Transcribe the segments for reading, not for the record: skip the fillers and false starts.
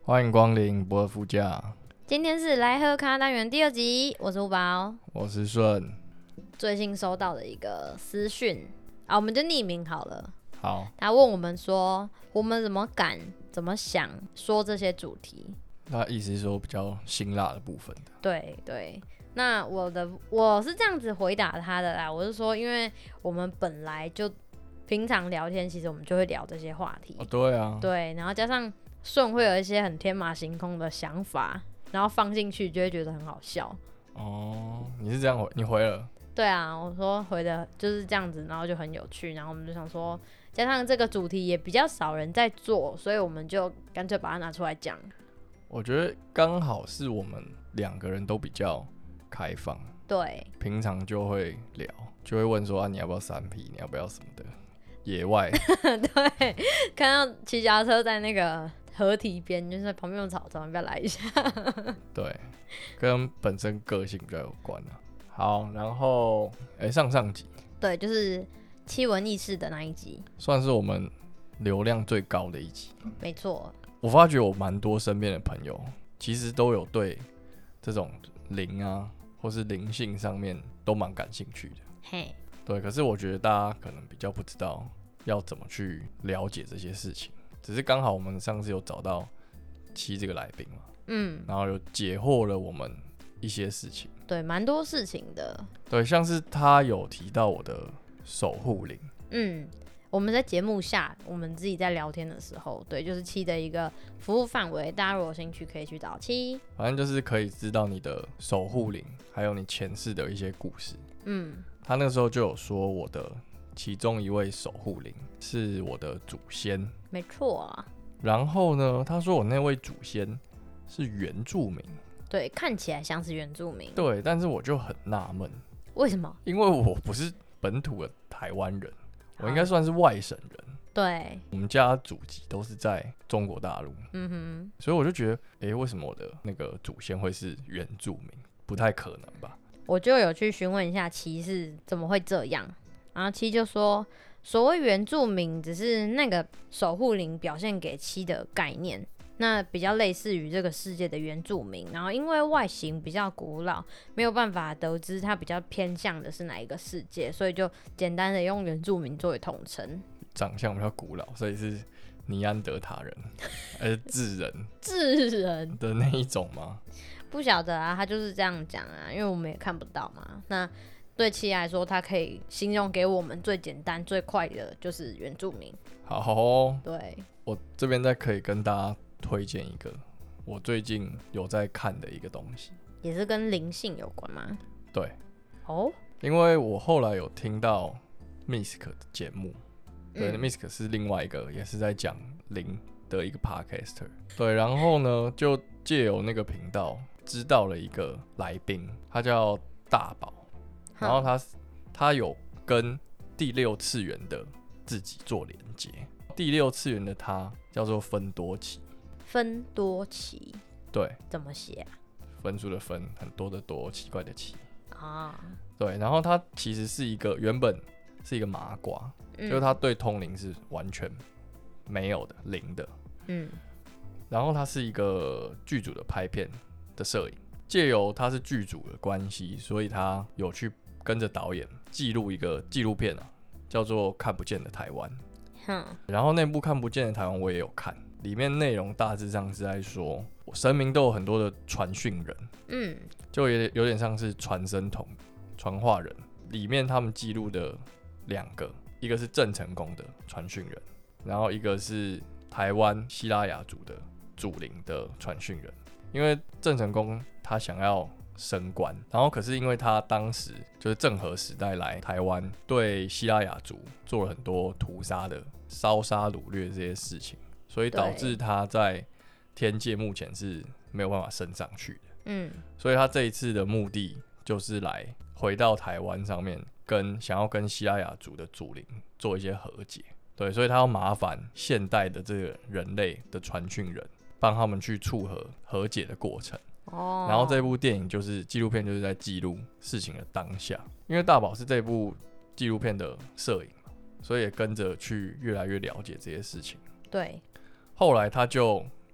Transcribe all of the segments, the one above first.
欢迎光临不二副驾， 今天是来喝咖单元第2集，我是吴宝。 我是顺。 最近收到的一个私讯啊，我们就匿名好了。 好， 他问我们说，我们怎么敢、怎么想说这些主题？ 他意思是说比较辛辣的部分的。 对对，那我是这样子回答他的啦，我是说，因为我们本来就平常聊天，其实我们就会聊这些话题。 哦，对啊， 对，然后加上顺会有一些很天马行空的想法，然后放进去就会觉得很好笑。 哦，你是这样回，你回了。 对啊，我说回的就是这样子，然后就很有趣，然后我们就想说，加上这个主题也比较少人在做，所以我们就干脆把它拿出来讲。 我觉得刚好是我们两个人都比较开放， 对平常就会聊，就会问说你要不要3P，你要不要什么的，野外。 对，看到骑脚踏车在那个河堤边，就是旁边有草丛，要不要来一下？ 对，跟本身个性比较有关啊。好，然后上集对，就是七文意识的那一集， 算是我们流量最高的一集。 没错。 我发觉我蛮多身边的朋友其实都有对这种灵啊或是灵性上面都蛮感兴趣的。 嘿， 对，可是我觉得大家可能比较不知道要怎么去了解这些事情，只是刚好我们上次有找到七这个来宾嘛，然后有解惑了我们一些事情。 对，蛮多事情的。 对，像是他有提到我的守护灵， 我们在节目下，我们自己在聊天的时候，对，就是七的一个服务范围，大家如果有兴趣可以去找七。 反正就是可以知道你的守护灵，还有你前世的一些故事。他那个时候就有说我的其中一位守护灵是我的祖先， 没错啊。 然后呢，他说我那位祖先是原住民， 对，看起来像是原住民。 对，但是我就很纳闷， 为什么？ 因为我不是本土的台湾人，我应该算是外省人。 对， 我们家祖籍都是在中国大陆，所以我就觉得，为什么我的那个祖先会是原住民？不太可能吧？ 我就有去询问一下七是怎么会这样，然后七就说，所谓原住民只是那个守护灵表现给七的概念，那比较类似于这个世界的原住民，然后因为外形比较古老，没有办法得知它比较偏向的是哪一个世界，所以就简单的用原住民作为统称。 长相比较古老，所以是尼安德塔人还是智人的那一种吗？ 不晓得啊，他就是这样讲啊，因为我们也看不到嘛。那对七来说，他可以形容给我们最简单最快的就是原住民。 好哦， 对， 我这边再可以跟大家推荐一个我最近有在看的一个东西， 也是跟灵性有关吗？ 对， 哦， 因为我后来有听到 Misk 的节目，对，Misk 是另外一个也是在讲灵的一个 podcaster， 对，然后呢就借由那个频道知道了一个来宾，他叫大宝，然后他有跟第6次元的自己做连接，第6次元的他叫做分多奇， 分多奇， 对， 怎么写啊？ 分数的分，很多的多，奇怪的奇啊， 对，然后他其实是原本是一个麻瓜，就是他对通灵是完全没有的，零的，然后他是一个剧组的拍片的摄影，借由他是剧组的关系，所以他有去跟着导演记录一个纪录片叫做《看不见的台湾》。然后那部《看不见的台湾》我也有看，里面内容大致上是在说，神明都有很多的传讯人，就有点像是传声筒、传话人。里面他们记录的2个，一个是郑成功的传讯人，然后一个是台湾西拉雅族的祖灵的传讯人。因为郑成功他想要升官，然后可是因为他当时就是郑和时代来台湾，对西拉雅族做了很多屠杀的烧杀掳掠这些事情，所以导致他在天界目前是没有办法升上去的。所以他这一次的目的就是来回到台湾上面，想要跟西拉雅族的祖灵做一些和解。对，所以他要麻烦现代的这个人类的传讯人，帮他们去促和解的过程。然后这部电影就是纪录片，就是在记录事情的当下。因为大宝是这部纪录片的摄影嘛，所以也跟着去越来越了解这些事情。 对， 后来他就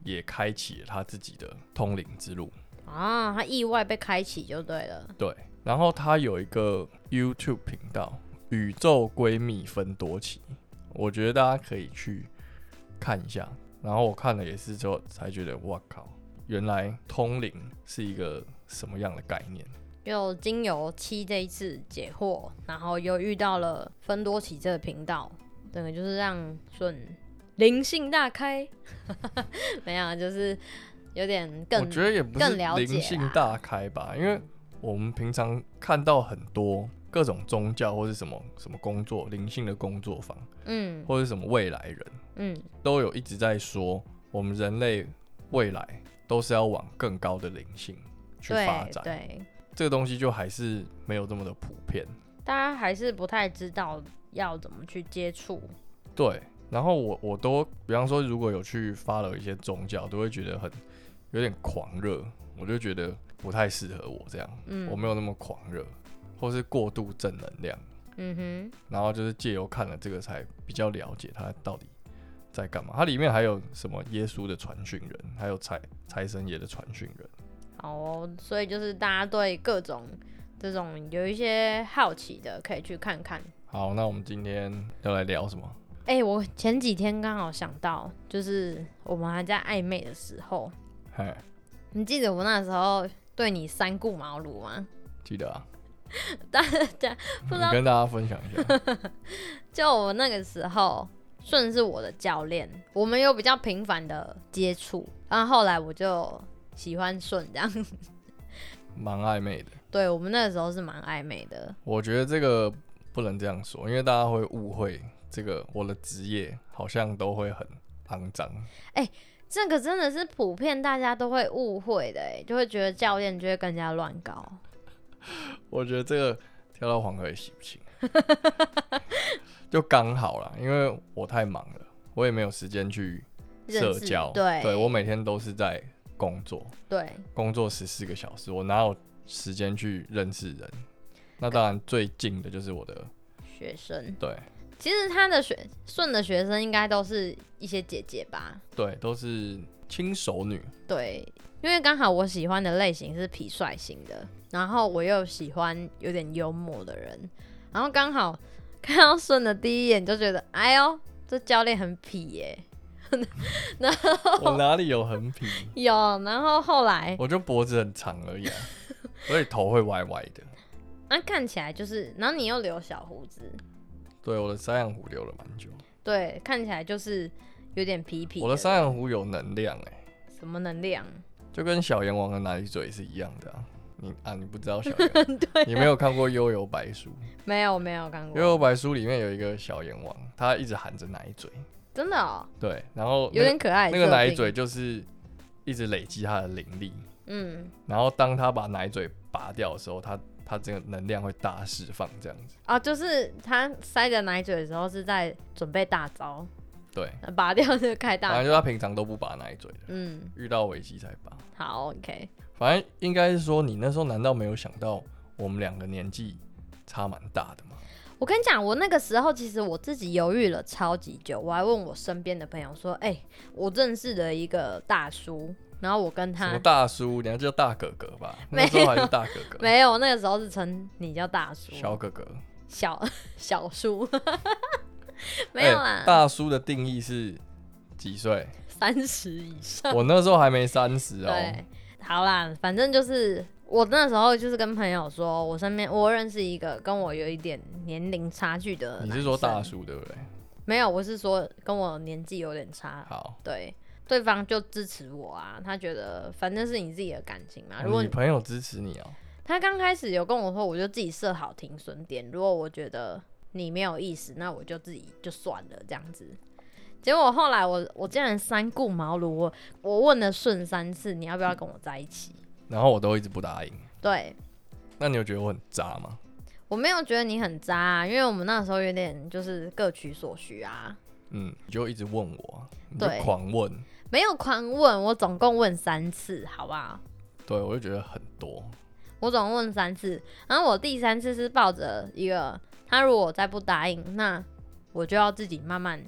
也开启了他自己的通灵之路啊，他意外被开启就对了。 对，然后他有一个 YouTube 频道宇宙闺蜜芬多奇，我觉得大家可以去看一下。然后我看了也是之后才觉得，哇靠，原来通灵是一个什么样的概念。 又经由7这一次解惑，然后又遇到了芬多奇这个频道，整个就是让顺灵性大开，没有，就是有点更， 我觉得也不是灵性大开吧，因为我们平常看到很多各种宗教或是什么工作，灵性的工作坊，或是什么未来人，都有一直在说，我们人类未来都是要往更高的灵性去发展。 对， 这个东西就还是没有这么的普遍， 大家还是不太知道要怎么去接触。 对，然后我都，比方说，如果有去follow一些宗教，都会觉得有点狂热，我就觉得不太适合我这样，我没有那么狂热，或是过度正能量，然后就是借由看了这个才比较了解他到底在干嘛。它里面还有什么耶稣的传讯人，还有财神爷的传讯人。 好哦，所以就是大家对各种这种有一些好奇的，可以去看看。 好，那我们今天要来聊什么？ 我前几天刚好想到，就是我们还在暧昧的时候，你记得我那时候对你3顾茅庐吗？ 记得啊。 大家不知道， 你跟大家分享一下。 就我那个时候，顺是我的教练，我们有比较频繁的接触，然后后来我就喜欢顺这样， 蛮暧昧的。 对，我们那个时候是蛮暧昧的。 我觉得这个不能这样说，因为大家会误会这个我的职业好像都会很肮脏。 这个真的是普遍大家都会误会的，就会觉得教练就会跟人家乱搞。 我觉得这个跳到黄河也洗不清，就刚好啦，因为我太忙了，我也没有时间去社交。对，我每天都是在工作， 对， 工作14个小时，我哪有时间去认识人？那当然最近的就是我的学生。 对， 其实他的顺的学生应该都是一些姐姐吧？ 对，都是轻熟女。 对，因为刚好我喜欢的类型是痞帅型的，然后我又喜欢有点幽默的人，然后刚好看到顺的第一眼就觉得，哎呦，这教练很痞耶。然后我哪里有很痞？ 有，然后后来我就脖子很长而已啊，所以头会歪歪的。 看起来就是，然后你又留小胡子。 对，我的山羊胡留了蛮久。 对，看起来就是有点痞痞。 我的山羊胡有能量什么能量？ 就跟小阎王的奶嘴是一样的啊。你不知道小阎对、 你没有看过《幽游白书》？ 没有看过。 《幽游白书》里面有一个小阎王，他一直含着奶嘴。 真的哦。 对，然后有点可爱。 那个奶嘴就是一直累积他的灵力。然后当他把奶嘴拔掉的时候，他这个能量会大释放，这样子啊，就是他塞着奶嘴的时候是在准备大招， 对， 拔掉就开大招。 反正就他平常都不拔奶嘴的，遇到危机才拔。 好 ，OK。 反正应该是说，你那时候难道没有想到我们2个年纪差蛮大的吗？ 我跟你讲，我那个时候其实我自己犹豫了超级久，我还问我身边的朋友说：“我认识了一个大叔。”然后我跟他什么大叔？你要叫大哥哥吧？那时候还是大哥哥。 没有，那个时候是称你叫大叔。 小哥哥。 小叔。没有啦。 大叔的定义是几岁 ？30以上。 我那时候还没30哦。 对，好啦，反正就是我那时候就是跟朋友说，我身边我认识一个跟我有一点年龄差距的男生。 你是说大叔对不对？ 没有，我是说跟我年纪有点差。 好。 对。对方就支持我啊，他觉得反正是你自己的感情嘛。如果你朋友支持你哦。 他刚开始有跟我说，我就自己设好停损点。如果我觉得你没有意思，那我就自己就算了这样子。结果后来我竟然3顾茅庐，我问了顺3次，你要不要跟我在一起？ 然后我都一直不答应。 对。 那你有觉得我很渣吗？ 我没有觉得你很渣啊，因为我们那时候有点就是各取所需啊。 你就一直问我，你就狂问。 没有狂问，我总共问3次，好不好？ 对，我就觉得很多。 我总共问3次，然后我第3次是抱着一个，他如果再不答应，那我就要自己慢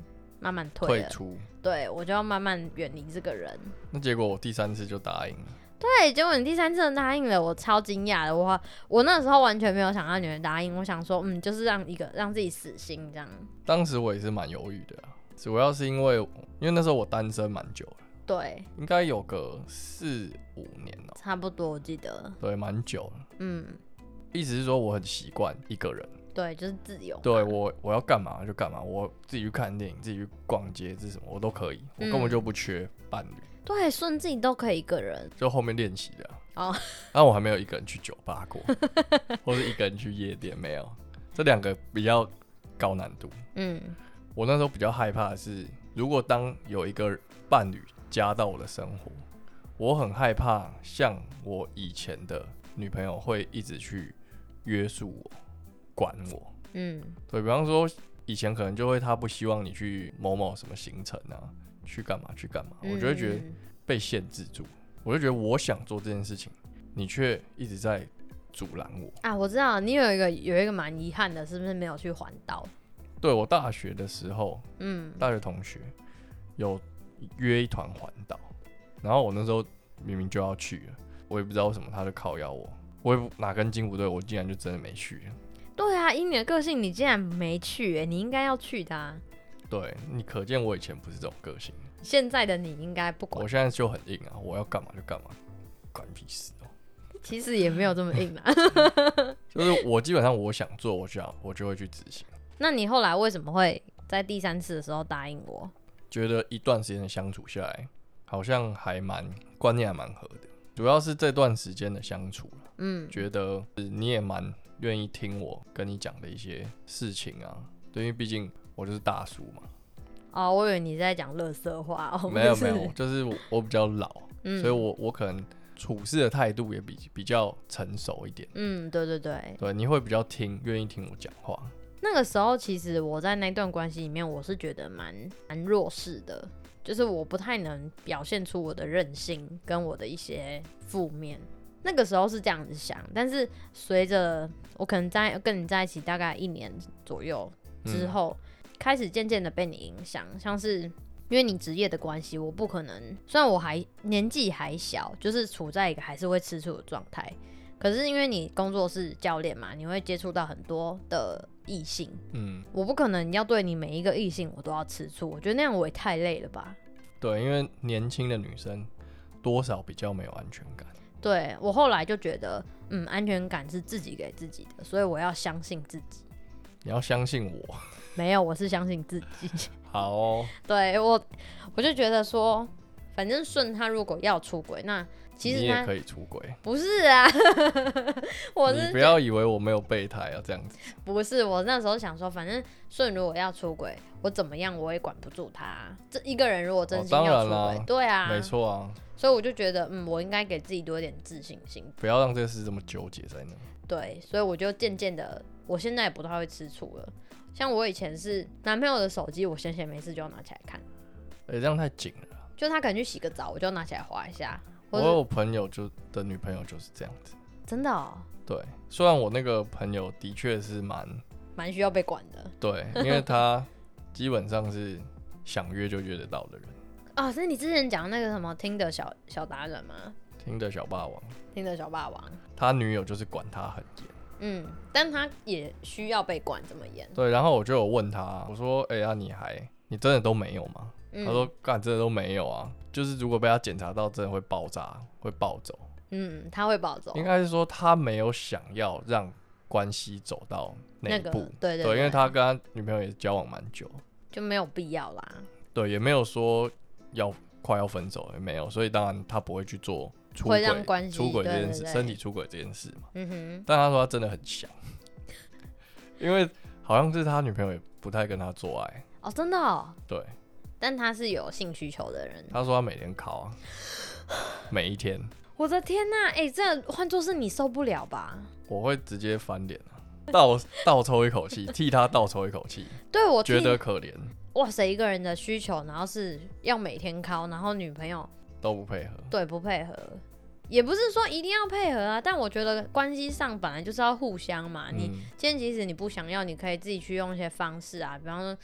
慢慢退出， 对，我就要慢慢远离这个人。 那结果我第3次就答应了。 对，结果你第3次答应了，我超惊讶的。我那时候完全没有想到你会答应，我想说，就是让自己死心这样。 当时我也是蛮犹豫的主要是因为那时候我单身蛮久了， 对， 应该有个4-5年差不多，我记得。 对，蛮久了。意思是说我很习惯一个人。 对，就是自由。 对，我要干嘛就干嘛，我自己去看电影，自己去逛街，这什么我都可以，我根本就不缺伴侣。 对，顺自己都可以一个人， 就后面练习的但我还没有一个人去酒吧过，或是一个人去夜店，没有。这2个比较高难度。我那时候比较害怕的是，如果当有一个伴侣加到我的生活，我很害怕像我以前的女朋友会一直去约束我、管我。对，比方说以前可能就会她不希望你去某某什么行程去干嘛，我就会觉得被限制住，我就觉得我想做这件事情，你却一直在阻拦我。 我知道你有一个蛮遗憾的，是不是没有去环岛？ 对，我大学的时候，大学同学有约一团环岛，然后我那时候明明就要去了，我也不知道为什么他就靠邀我也哪根筋不对，我竟然就真的没去了。 对啊，以你的个性，你竟然没去你应该要去的对，你可见我以前不是这种个性。 现在的你应该不管。 我现在就很硬我要干嘛就干嘛，关屁事其实也没有这么硬就是我基本上我想做，我就会去执行。 那你后来为什么会在第3次的时候答应我？ 觉得一段时间的相处下来，好像观念还蛮合的。主要是这段时间的相处觉得你也蛮愿意听我跟你讲的一些事情对，因为毕竟我就是大叔嘛。 我以为你在讲垃圾话没有，就是我比较老，所以我可能处事的态度也比较成熟一点。对，你会比较愿意听我讲话。 那个时候其实我在那段关系里面，我是觉得蛮弱势的，就是我不太能表现出我的任性跟我的一些负面。那个时候是这样子想，但是随着我可能跟你在一起大概1年左右之后，开始渐渐的被你影响，像是因为你职业的关系，我不可能，虽然我年纪还小，就是处在一个还是会吃醋的状态，可是因为你工作是教练嘛，你会接触到很多的异性，我不可能要对你每一个异性我都要吃醋，我觉得那样我也太累了吧。 对，因为年轻的女生多少比较没有安全感。 对，我后来就觉得安全感是自己给自己的，所以我要相信自己。 你要相信我？ 没有，我是相信自己。 好对，我就觉得说，反正顺他如果要出轨，那其实你也可以出轨。 不是你不要以为我没有备胎这样子。 不是，我那时候想说，反正顺如果要出轨，我怎么样我也管不住他。这一个人如果真心要出轨，对啊， 没错所以我就觉得，我应该给自己多一点自信心， 不要让这个事这么纠结在那。 对，所以我就渐渐的，我现在也不太会吃醋了。像我以前是男朋友的手机，我闲没事就要拿起来看。 这样太紧了。 就他可能去洗个澡，我就拿起来滑一下。 我有朋友的女朋友就是这样子。 真的对，虽然我那个朋友的确是蛮需要被管的。 对，因为他基本上是想约就约得到的人。 是你之前讲那个什么听的小达人吗？ 听的小霸王。 听的小霸王。 他女友就是管他很严。但他也需要被管这么严。 对，然后我就有问他，我说你真的都没有吗？他说干真的都没有就是如果被他检查到，真的会爆炸，会暴走。 他会暴走。 应该是说他没有想要让关系走到那一步。 对， 因为他跟他女朋友也交往蛮久， 就没有必要啦。 对，也没有说快要分手，也没有，所以当然他不会去做出轨这件事，身体出轨这件事嘛。但他说他真的很想，因为好像是他女朋友也不太跟他做爱。 真的对。 但他是有性需求的人。 他说他每天考每一天。 我的天哪，这换作是你受不了吧？ 我会直接翻脸倒抽一口气，替他倒抽一口气。 对，我觉得可怜。 哇塞，一个人的需求，然后是要每天考，然后女朋友都不配合。对， 不配合，也不是说一定要配合但我觉得关系上本来就是要互相嘛。你今天即使你不想要，你可以自己去用一些方式比方说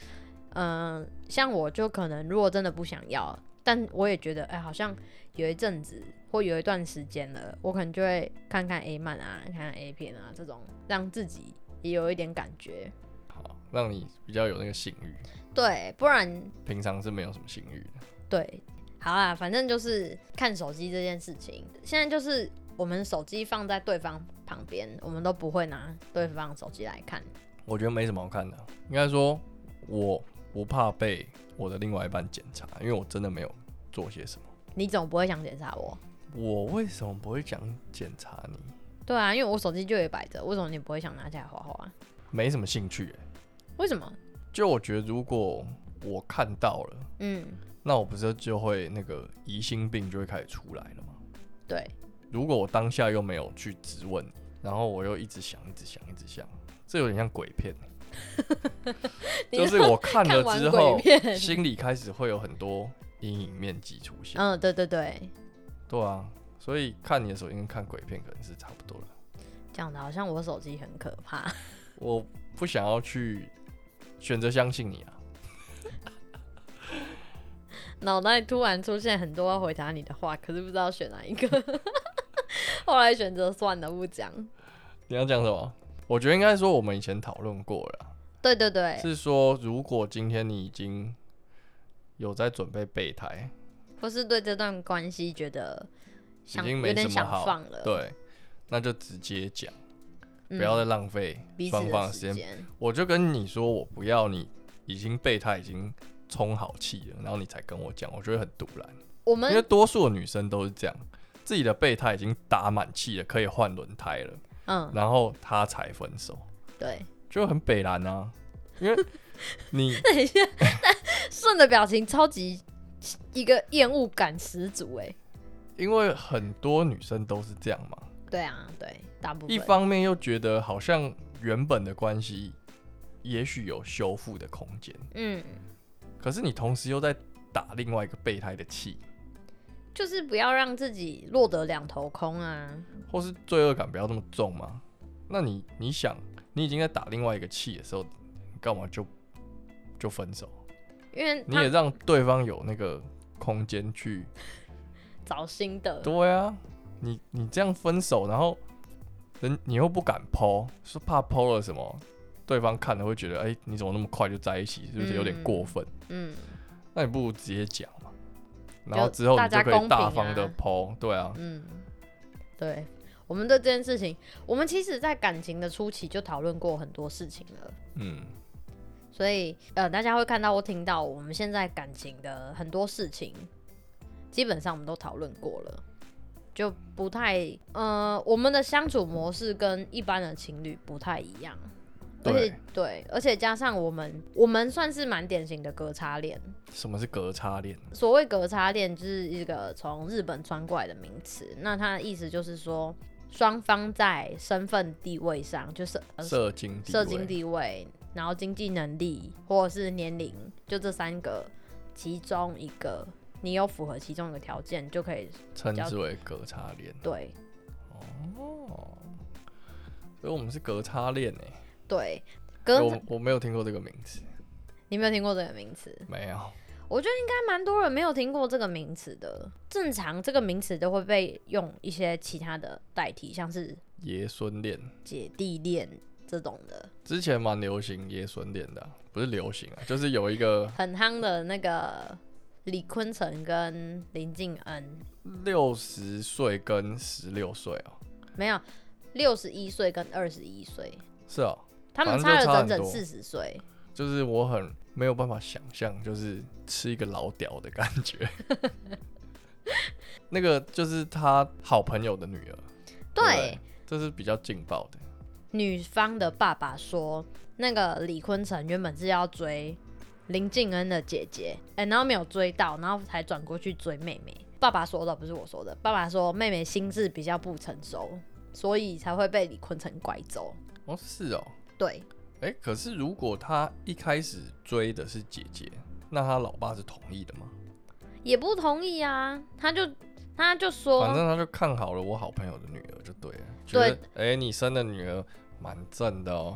像我就可能如果真的不想要，但我也觉得好像有一阵子或有一段时间了，我可能就会看看 A 漫啊，看看 A 片啊，这种让自己也有一点感觉， 好，让你比较有那个性欲。 对，不然平常是没有什么性欲的。 对，好啦，反正就是看手机这件事情，现在就是我们手机放在对方旁边，我们都不会拿对方手机来看。 我觉得没什么好看的，应该说我不怕被我的另外一半检查，因为我真的没有做些什么。 你总不会想检查我？ 我为什么不会想检查你？ 对啊，因为我手机就也摆着，为什么你不会想拿起来滑滑？ 没什么兴趣为什么？ 就我觉得如果我看到了，那我不是就会那个疑心病就会开始出来了吗？ 对。 如果我当下又没有去质问，然后我又一直想，这有点像鬼片。就是我看了之后，心里开始会有很多阴影面积出现。 对对对。 对啊，所以看你的手机跟看鬼片可能是差不多的。 讲的好像我手机很可怕。 我不想要去选择相信你啊。 脑袋突然出现很多要回答你的话，可是不知道选哪一个。后来选择算了不讲。 你要讲什么？我觉得应该说我们以前讨论过了。 对对对， 是说如果今天你已经有在准备备胎， 或是对这段关系觉得已经没什么好， 有点想放了， 对，那就直接讲，不要再浪费双方的时间。我就跟你说，我不要你已经备胎已经充好气了，然后你才跟我讲，我觉得很突然。因为多数的女生都是这样，自己的备胎已经打满气了，可以换轮胎了。然后他才分手， 对， 就很北蓝啊，因为你等一下，顺的表情超级一个厌恶感十足因为很多女生都是这样嘛， 对啊，对，大部分一方面又觉得好像原本的关系也许有修复的空间，可是你同时又在打另外一个备胎的气， 就是不要让自己落得两头空啊， 或是罪恶感不要这么重嘛。那你想，你已经在打另外一个气的时候，你干嘛就分手？ 因为你也让对方有那个空间去找新的。 对啊，你这样分手，然后你又不敢 po， 说怕 po 了什么，对方看了会觉得，你怎么那么快就在一起，是不是有点过分？那你不如直接讲嘛，然后之后你就可以大方的 po，对啊， 对，我们对这件事情，我们其实在感情的初期就讨论过很多事情了，所以大家会看到或听到我们现在感情的很多事情，基本上我们都讨论过了，就不太我们的相处模式跟一般的情侣不太一样。而且加上我们算是蛮典型的隔差恋。 什么是隔差恋？ 所谓隔差恋就是一个从日本传过来的名词，那它的意思就是说双方在身份地位上，就是社经地位，然后经济能力或者是年龄，就这三个其中一个，你有符合其中一个条件，就可以称之为隔差恋。 对， 所以我们是隔差恋对， 我没有听过这个名词。 你没有听过这个名词？ 没有。 我觉得应该蛮多人没有听过这个名词的。正常这个名词都会被用一些其他的代替，像是爷孙恋、 姐弟恋这种的。 之前蛮流行爷孙恋的不是流行就是有一个很夯的那个李坤城跟林敬恩 ，60岁跟16岁没有，61岁跟21岁。 是他们差了整整40岁。 就是我很没有办法想象，就是吃一个老屌的感觉。那个就是他好朋友的女儿。对，这是比较劲爆的。 女方的爸爸说，那个李坤城原本是要追林敬恩的姐姐，然后没有追到，然后才转过去追妹妹。爸爸说的，不是我说的。爸爸说妹妹心智比较不成熟，所以才会被李坤城拐走。 是哦。 对。 可是如果他一开始追的是姐姐，那他老爸是同意的吗？ 也不同意啊，他就说， 反正他就看好了我好朋友的女儿就对了，觉得你生的女儿蛮正的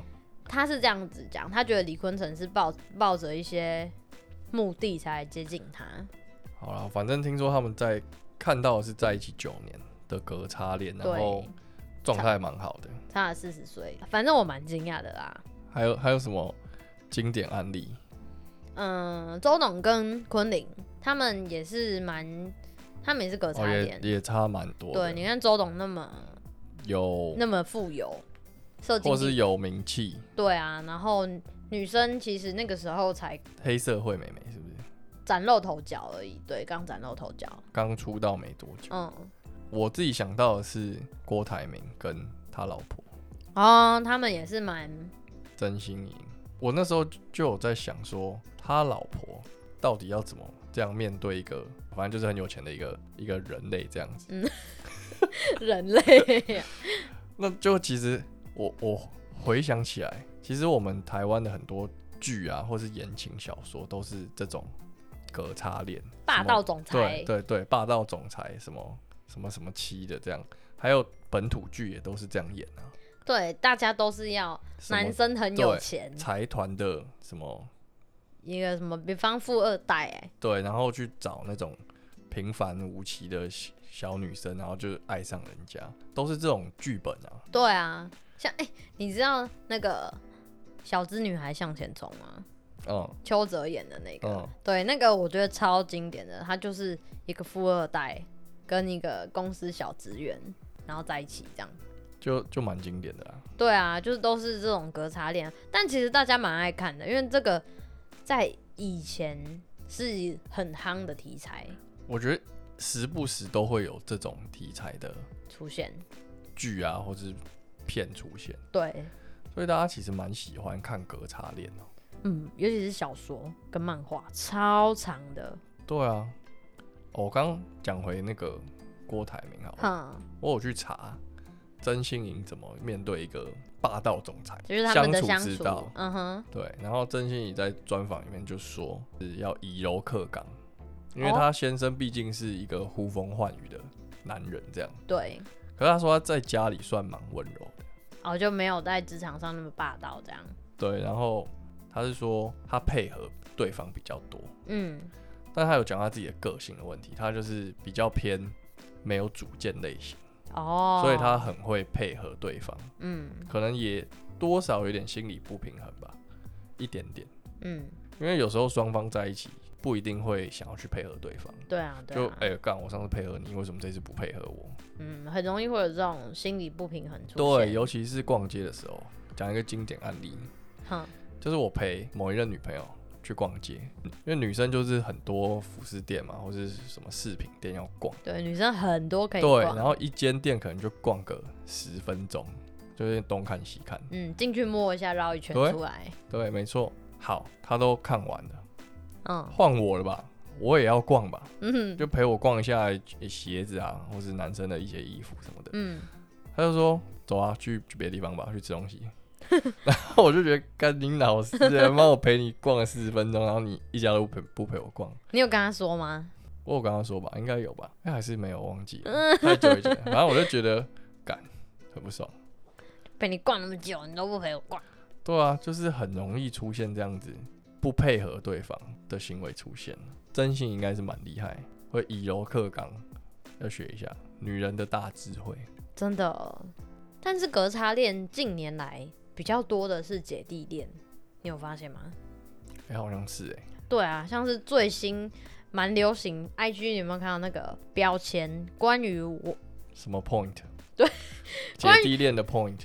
他是这样子讲，他觉得李坤城是抱着一些目的才来接近他。 好啦，反正听说他们看到的是在一起9年的隔差恋，然后状态蛮好的， 差了40岁，反正我蛮惊讶的啦。 还有什么经典案例？ 周董跟昆凌他们也是隔差恋， 也差蛮多的。 对，你看周董那么富有，或是有名气， 对啊。然后女生其实那个时候才黑社会妹妹是不是？ 崭露头角而已，对，刚崭露头角， 刚出道没多久。我自己想到的是郭台铭跟他老婆， 他们也是蛮曾心莹。我那时候就有在想说，他老婆到底要怎么这样面对一个，反正就是很有钱的一个人类这样子。 人类那就其实我回想起来，其实我们台湾的很多剧啊，或是言情小说，都是这种隔差恋， 霸道总裁， 对，霸道总裁什么妻的这样，还有本土剧也都是这样演啊。 对，大家都是要男生很有钱， 财团的什么一个什么，比方富二代对，然后去找那种平凡无奇的小女生，然后就爱上人家，都是这种剧本啊。 对啊，像你知道那个小资女孩向前冲吗？邱泽演的那个，对，那个我觉得超经典的，他就是一个富二代跟一个公司小职员，然后在一起这样。 就蛮经典的啦。 对啊，就是都是这种隔差恋，但其实大家蛮爱看的，因为这个在以前是很夯的题材。 我觉得时不时都会有这种题材的出现， 剧啊，或是片出现。 对， 所以大家其实蛮喜欢看隔差恋哦。 尤其是小说跟漫画，超长的。 对啊，我刚讲回那个郭台铭好了，我有去查。曾心莹怎么面对一个霸道总裁， 就是他们的相处之道。对。然后曾心莹在专访里面就说，是要以柔克刚，因为他先生毕竟是一个呼风唤雨的男人，这样。 对。 可是他说他在家里算蛮温柔的， 就没有在职场上那么霸道这样。 对。然后他是说他配合对方比较多，但他有讲他自己的个性的问题，他就是比较偏没有主见类型。所以他很会配合对方，可能也多少有点心理不平衡吧，一点点，因为有时候双方在一起不一定会想要去配合对方， 对啊， 就干我上次配合你，为什么这次不配合我？ 很容易会有这种心理不平衡出现。 对，尤其是逛街的时候，讲一个经典案例，就是我陪某一任女朋友去逛街，因为女生就是很多服饰店嘛，或是什么饰品店要逛。 对，女生很多可以逛。 对，然后一间店可能就逛个10分钟，就是东看西看。 进去摸一下，绕一圈出来。 对，没错。好，她都看完了，换我了吧？我也要逛吧。就陪我逛一下鞋子啊，或是男生的一些衣服什么的。他就说：“走啊，去别的地方吧，去吃东西。”然后我就觉得干你老师，妈我陪你逛了40分钟，然后你一家都不陪我逛。 你有跟他说吗？ 我有跟他说吧，应该有吧，还是没有忘记了，太久以前。反正我就觉得干很不爽， 陪你逛那么久，你都不陪我逛。 对啊，就是很容易出现这样子不配合对方的行为出现。真心应该是蛮厉害，会以柔克刚，要学一下女人的大智慧。 真的，但是隔差恋近年来比较多的是姐弟恋，你有发现吗？ 好像是对啊，像是最新蛮流行 IG， 你有没有看到那个标签？关于我什么 point？ 对， 姐弟恋的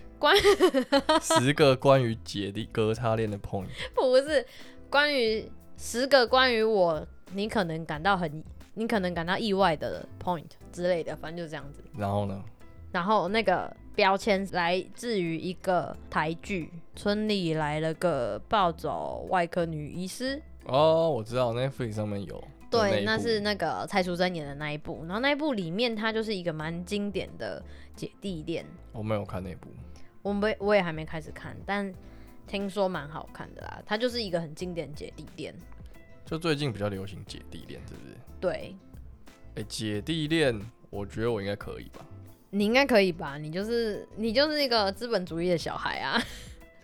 point。10个关于姐弟隔差恋的 point。 不是，关于10个关于我，你可能感到意外的 point 之类的，反正就这样子。 然后呢？ 然后那个标签来自于一个台剧，村里来了个暴走外科女医师。 我知道 Netflix 上面有。 对，那是那个蔡淑臻演的那一部。然后那一部里面，它就是一个蛮经典的姐弟恋。 我没有看那部， 我也还没开始看，但听说蛮好看的啦。它就是一个很经典姐弟恋。 就最近比较流行姐弟恋，是不是？ 对。 姐弟恋，我觉得我应该可以吧。 你应该可以吧？你就是一个资本主义的小孩啊。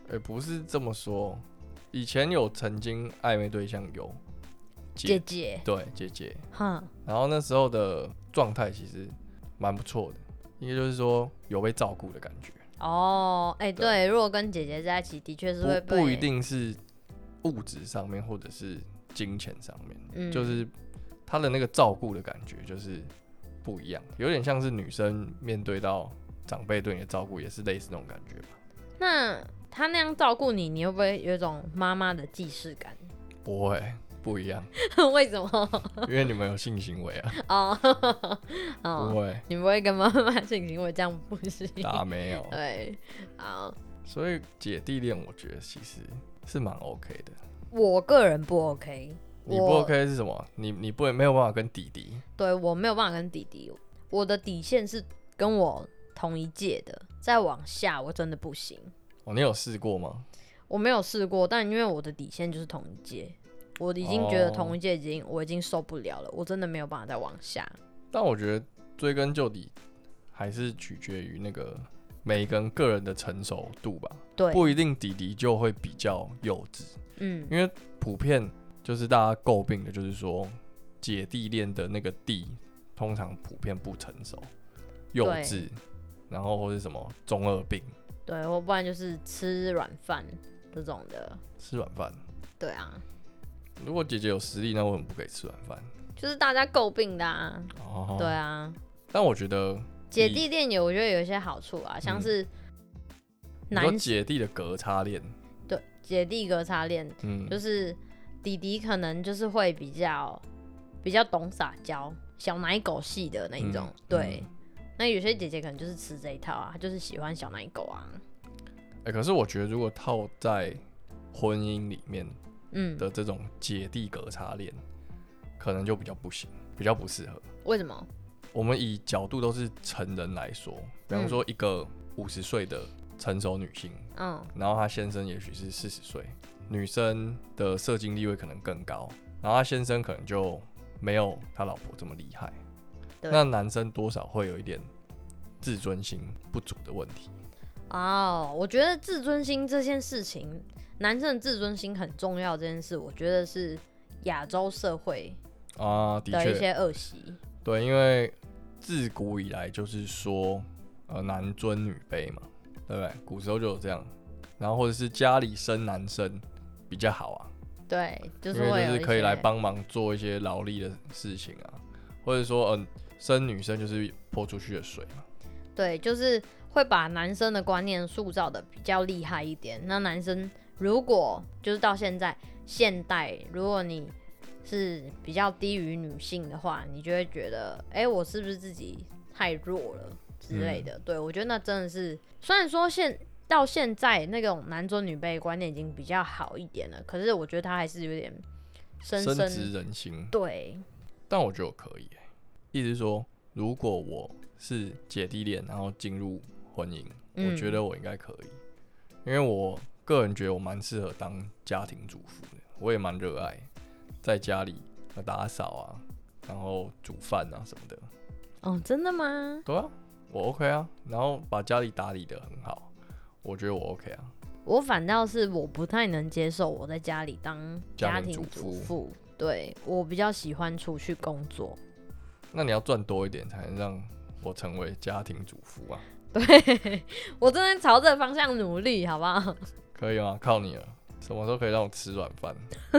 不是这么说，以前有曾经暧昧对象有姐姐， 对姐姐， 哼， 然后那时候的状态其实蛮不错的，应该就是说有被照顾的感觉。 哦，对，如果跟姐姐在一起，的确是会不一定是物质上面或者是金钱上面，就是他的那个照顾的感觉就是不一样，有点像是女生面对到长辈对你的照顾，也是类似那种感觉吧。 那他那样照顾你，你会不会有一种妈妈的既视感？ 不会，不一样。 为什么？ 因为你们有性行为啊。 哦， 不会， 你不会跟妈妈性行为，这样不行。 没有。 对，好。 所以姐弟恋，我觉得其实是蛮 OK 的。 我个人不 OK。 你不 OK 是什么？你没有办法跟弟弟。 对，我没有办法跟弟弟。我的底线是跟我同一届的，再往下我真的不行。 你有试过吗？ 我没有试过，但因为我的底线就是同一届，我已经觉得同一届我已经受不了了，我真的没有办法再往下。 但我觉得追根究底，还是取决于那个每一个人个人的成熟度吧。 对， 不一定弟弟就会比较幼稚。因为普遍就是大家诟病的，就是说姐弟恋的那个弟通常普遍不成熟、幼稚，然后或是什么中二病。 对，或不然就是吃软饭这种的。 吃软饭？ 对啊。 如果姐姐有实力，那为什么不可以吃软饭？ 就是大家诟病的啊。对啊。 但我觉得姐弟恋我觉得有一些好处啊，像是你说姐弟的隔差恋。 对，姐弟隔差恋，就是弟弟可能就是会比较懂撒娇，小奶狗系的那一种。对。那有些姐姐可能就是吃这一套啊，她就是喜欢小奶狗啊。 可是我觉得如果套在婚姻里面的这种姐弟隔差恋，可能就比较不行，比较不适合。 为什么？ 我们以角度都是成人来说，比方说一个50岁的成熟女性，然后她先生也许是40岁，女生的社经地位可能更高，然后她先生可能就没有他老婆这么厉害。那男生多少会有一点自尊心不足的问题。 我觉得自尊心这件事情，男生的自尊心很重要。这件事，我觉得是亚洲社会的一些恶习。 对，因为自古以来就是说，男尊女卑嘛，对不对？古时候就有这样，然后或者是家里生男生比较好啊。 对，就是因为就是可以来帮忙做一些劳力的事情啊，或者说生女生就是泼出去的水嘛。 对，就是会把男生的观念塑造的比较厉害一点。那男生如果就是到现代，如果你是比较低于女性的话，你就会觉得，我是不是自己太弱了之类的。对，我觉得那真的是，虽然说到现在那种男尊女卑的观念已经比较好一点了，可是我觉得他还是有点深植人心。 对， 但我觉得我可以意思是说，如果我是姐弟恋，然后进入婚姻，我觉得我应该可以，因为我个人觉得我蛮适合当家庭主妇的，我也蛮热爱在家里打扫啊，然后煮饭啊什么的。 真的吗？ 对啊，我 OK 啊，然后把家里打理得很好，我觉得我 OK 啊。 我反倒是我不太能接受我在家里当家庭主妇，对，我比较喜欢出去工作。 那你要赚多一点才能让我成为家庭主妇啊。 对，我正在朝这个方向努力，好不好？ 可以吗？靠你了，什么时候可以让我吃软饭？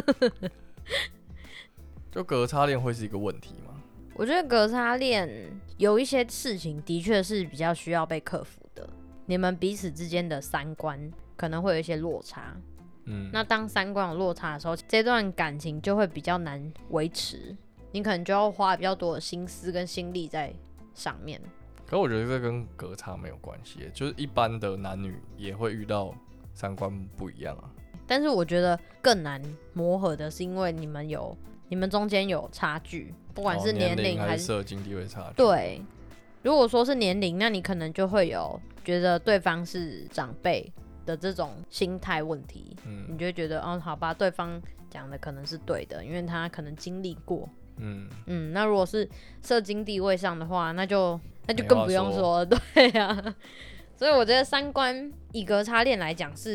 就隔差恋会是一个问题吗？ 我觉得隔差恋有一些事情的确是比较需要被克服的，你们彼此之间的三观可能会有一些落差。那当三观有落差的时候，这段感情就会比较难维持，你可能就要花比较多的心思跟心力在上面。 可我觉得这跟隔差没有关系，就是一般的男女也会遇到三观不一样啊。 但是我觉得更难磨合的是因为你们中间有差距，不管是年龄还是社经地位差距。 对，如果说是年龄，那你可能就会有觉得对方是长辈的这种心态问题，你就会觉得好吧，对方讲的可能是对的，因为他可能经历过。那如果是社经地位上的话，那就更不用说了。对啊，所以我觉得三观以隔差恋来讲是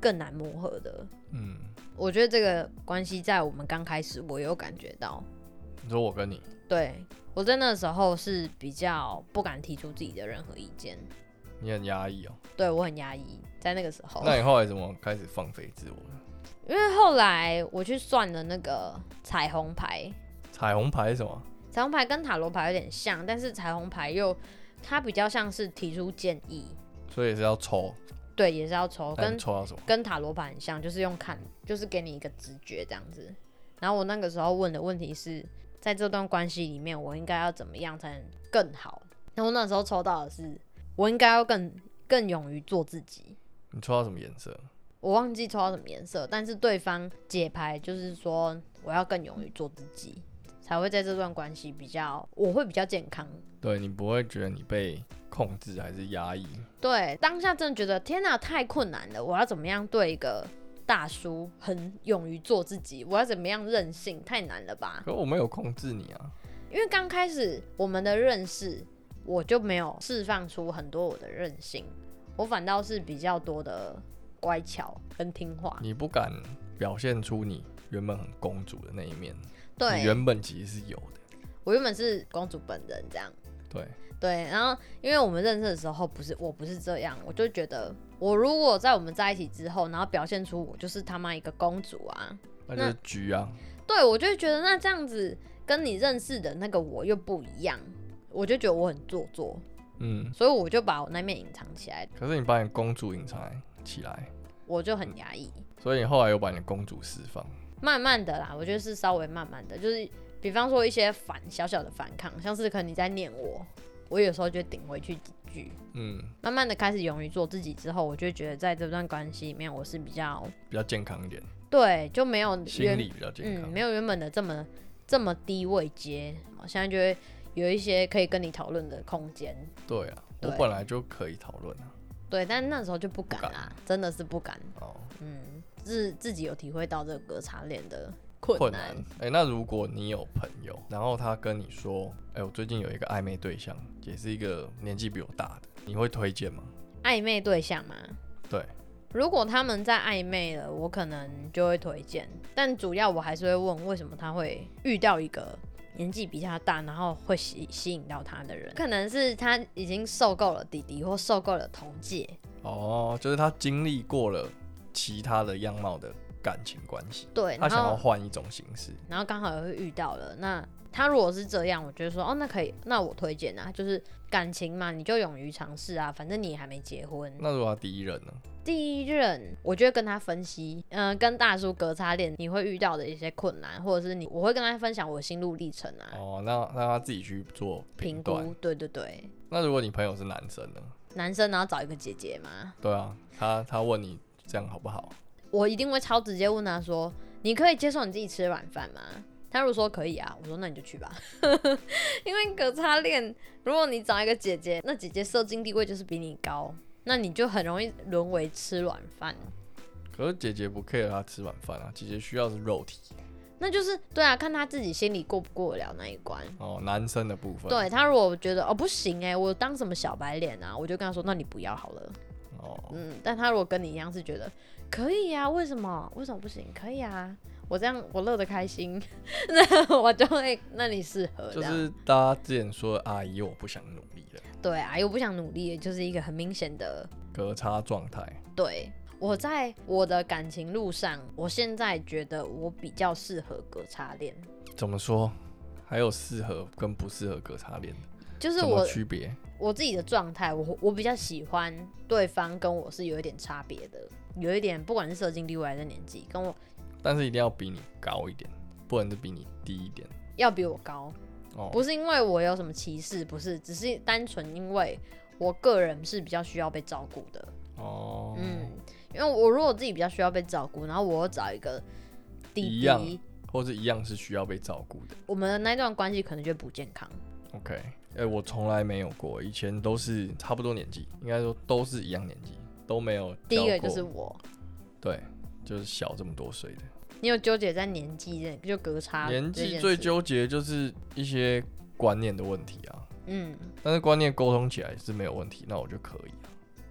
更难磨合的。我觉得这个关系在我们刚开始我有感觉到。 你说我跟你？ 对，我在那时候是比较不敢提出自己的任何意见。 你很压抑哦？ 对，我很压抑，在那个时候。 那你后来怎么开始放飞自我呢？ 因为后来我去算了那个彩虹牌。 彩虹牌是什么？ 彩虹牌跟塔罗牌有点像，但是彩虹牌它比较像是提出建议， 所以也是要抽。 对，也是要抽，跟抽到什么？ 跟塔罗牌很像，就是用看，就是给你一个直觉这样子。然后我那个时候问的问题是，在这段关系里面，我应该要怎么样才能更好？然后那时候抽到的是，我应该要更勇于做自己。 你抽到什么颜色？ 我忘记抽到什么颜色，但是对方解牌就是说，我要更勇于做自己，才会在这段关系我会比较健康。 对，你不会觉得你被控制还是压抑？ 对，当下真的觉得天哪，太困难了！我要怎么样对一个大叔很勇于做自己？我要怎么样任性？太难了吧？ 可我没有控制你啊， 因为刚开始我们的认识，我就没有释放出很多我的任性，我反倒是比较多的乖巧跟听话。 你不敢表现出你原本很公主的那一面。 对， 你原本其实是有的。 我原本是公主本人这样。 对， 然后因为我们认识的时候我不是这样，我就觉得我如果在我们在一起之后，然后表现出我就是他妈一个公主啊， 那就是局啊。 对，我就会觉得那这样子跟你认识的那个我又不一样，我就觉得我很做作，所以我就把我那面隐藏起来。 可是你把你公主隐藏起来， 我就很压抑， 所以你后来又把你的公主释放。 慢慢的啦，我觉得是稍微慢慢的，就是比方说一些小小的反抗，像是可能你在念我有时候就顶回去几句。慢慢的开始勇于做自己之后，我就觉得在这段关系里面我是比较健康一点。 对，就没有心理比较健康， 没有原本的这么低位阶，现在就会有一些可以跟你讨论的空间。 对啊，我本来就可以讨论啊。 对，但那时候就不敢啦，真的是不敢。自己有体会到这个隔差恋的困难。 那如果你有朋友，然后他跟你说，我最近有一个暧昧对象，也是一个年纪比我大的，你会推荐吗？ 暧昧对象吗？ 对。 如果他们在暧昧了，我可能就会推荐，但主要我还是会问为什么他会遇到一个年纪比他大，然后会吸引到他的人，可能是他已经受够了弟弟，或受够了同届。 就是他经历过了其他的样貌的感情关系， 对， 他想要换一种形式， 然后刚好也会遇到了。那他如果是这样，我觉得说那可以，那我推荐啊，就是感情嘛，你就勇于尝试啊，反正你也还没结婚。 那如果他第一任呢？ 第一任，我就会跟他分析，跟大叔隔差恋你会遇到的一些困难，或者是我会跟他分享我的心路历程啊。 那他自己去做评估。 对。 那如果你朋友是男生呢？ 男生然后找一个姐姐嘛？ 对啊，他问你这样好不好？ 我一定会超直接问他说：“你可以接受你自己吃软饭吗？”他如果说可以啊，我说那你就去吧。因为隔差恋，如果你找一个姐姐，那姐姐社经地位就是比你高，那你就很容易沦为吃软饭。 可是姐姐不 care 她吃软饭啊，姐姐需要是肉体。 那就是对啊，看他自己心里过不过得了那一关。 男生的部分。 对，他如果觉得不行我当什么小白脸啊，我就跟他说那你不要好了。但他如果跟你一样是觉得可以啊，为什么不行？可以啊，我这样我乐得开心，那我就会那你适合。 就是大家之前说阿姨我不想努力了。 对，阿姨我不想努力，就是一个很明显的隔差状态。 对。我在我的感情路上，我现在觉得我比较适合隔差恋。 怎么说？还有适合跟不适合隔差恋？ 就是什么区别？ 我自己的状态，我比较喜欢对方跟我是有一点差别的，有一点不管是社经地位还是年纪跟我， 但是一定要比你高一点，不能是比你低一点。 要比我高，不是因为我有什么歧视，不是，只是单纯因为我个人是比较需要被照顾的。因为我如果自己比较需要被照顾，然后我又找一个弟弟一样，或是一样是需要被照顾的， 我们的那段关系可能就不健康。 OK，我从来没有过，以前都是差不多年纪，应该说都是一样年纪，都没有交过。 第一个就是我， 对，就是小这么多岁的。 你有纠结在年纪就隔差？ 年纪最纠结就是一些观念的问题啊。但是观念沟通起来是没有问题，那我就可以啊。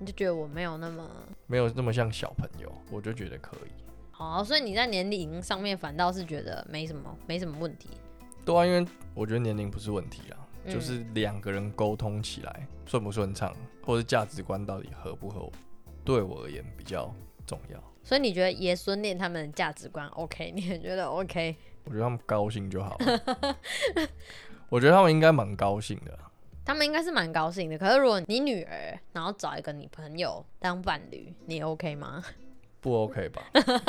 你就觉得我没有那么像小朋友，我就觉得可以。 好，所以你在年龄上面反倒是觉得没什么问题。 对啊，因为我觉得年龄不是问题啦，就是两个人沟通起来顺不顺畅，或者价值观到底合不合，对我而言比较重要。 所以你觉得爷孙恋他们的价值观 OK， 你也觉得 OK？ 我觉得他们高兴就好了。我觉得他们应该蛮高兴的。 他们应该是蛮高兴的。可是如果你女儿然后找一个你朋友当伴侣，你 OK 吗？ 不 OK 吧？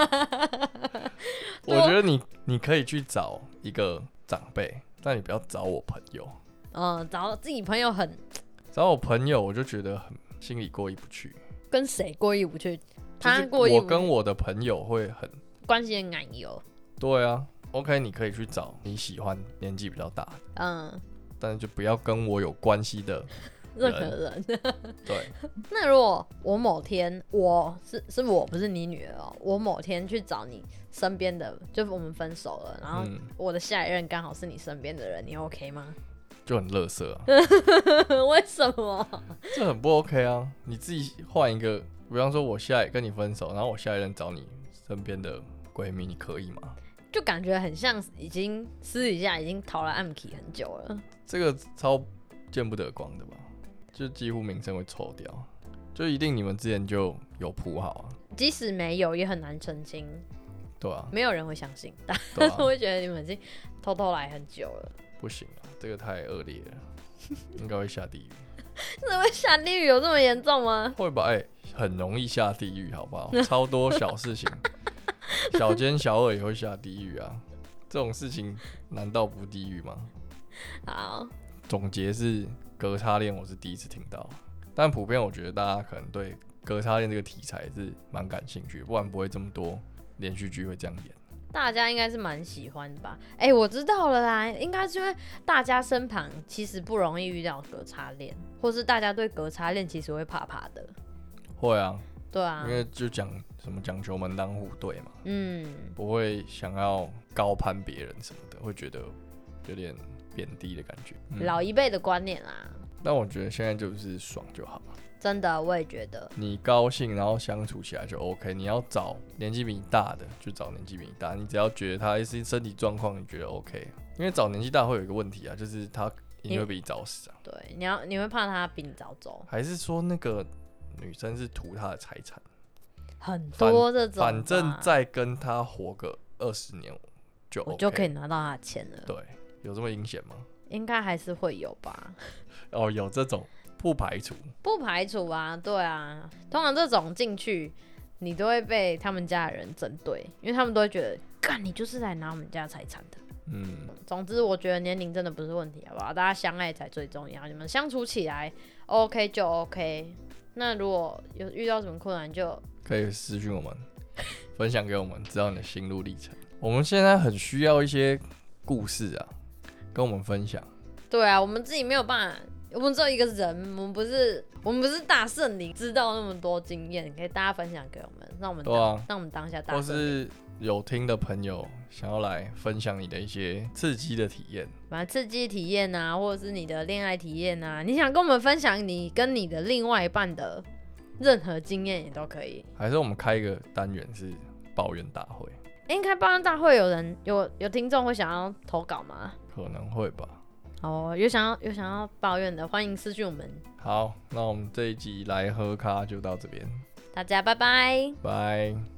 我觉得你可以去找一个长辈，但你不要找我朋友。 找自己朋友找我朋友，我就觉得很心里过意不去。 跟谁过意不去？他过意不去。我跟我的朋友会很关系很难有。 对啊 ，OK， 你可以去找你喜欢年纪比较大的，但是就不要跟我有关系的任何人。 对。 那如果我某天我不是你女儿哦，我某天去找你身边的，就我们分手了，然后我的下一任刚好是你身边的人，你 OK 吗？ 就很垃圾啊。 为什么？ 这很不 OK 啊！你自己换一个，比方说我跟你分手，然后我下一任找你身边的闺蜜，你可以吗？ 就感觉很像已经私底下已经逃了暗棋很久了。 这个超见不得光的吧？就几乎名声会臭掉，就一定你们之前就有谱好啊。 即使没有，也很难澄清。 对啊， 没有人会相信，但是会觉得你们已经偷偷来很久了。 不行啊，这个太恶劣了，应该会下地狱。 真的会下地狱？有这么严重吗？ 会吧，很容易下地狱，好不好？超多小事情，小奸小恶也会下地狱啊。这种事情难道不地狱吗？ 好， 总结是隔差恋，我是第一次听到，但普遍我觉得大家可能对隔差恋这个题材是蛮感兴趣的，不然不会这么多连续剧会这样演。 大家应该是蛮喜欢的吧？我知道了啦，应该是因为大家身旁其实不容易遇到隔差恋，或是大家对隔差恋其实会怕怕的。 会啊， 对啊， 因为就讲求门当户对嘛，不会想要高攀别人什么的，会觉得有点贬低的感觉。 老一辈的观念啦。 但我觉得现在就是爽就好了。 真的，我也觉得。 你高兴，然后相处起来就 OK。你要找年纪比你大的，就找年纪比你大。你只要觉得他是身体状况，你觉得 OK。因为找年纪大会有一个问题啊，就是他一定会比你早死啊。 对，你会怕他比你早走。 还是说那个女生是图他的财产？ 很多这种。 反正再跟他活个20年就 OK， 我就可以拿到他的钱了。 对，有这么阴险吗？ 应该还是会有吧。 有这种。不排除啊，对啊，通常这种进去，你都会被他们家的人针对，因为他们都会觉得，干你就是来拿我们家财产的。总之我觉得年龄真的不是问题，好不好？大家相爱才最重要，你们相处起来 OK 就 OK。那如果有遇到什么困难，就可以私讯我们，分享给我们，知道你的心路历程。我们现在很需要一些故事啊，跟我们分享。 对啊，我们自己没有办法。我们只有一个人，我们不是大圣灵，知道那么多经验，可以大家分享给我们，让我们当下大圣灵。或是有听的朋友想要来分享你的一些刺激的体验， 反正刺激体验啊，或者是你的恋爱体验啊，你想跟我们分享你跟你的另外一半的任何经验也都可以。 还是我们开一个单元是抱怨大会？ 开抱怨大会有听众会想要投稿吗？ 可能会吧。 有想要抱怨的，欢迎私讯我们。 好，那我们这一集来喝咖就到这边， 大家拜拜。 拜。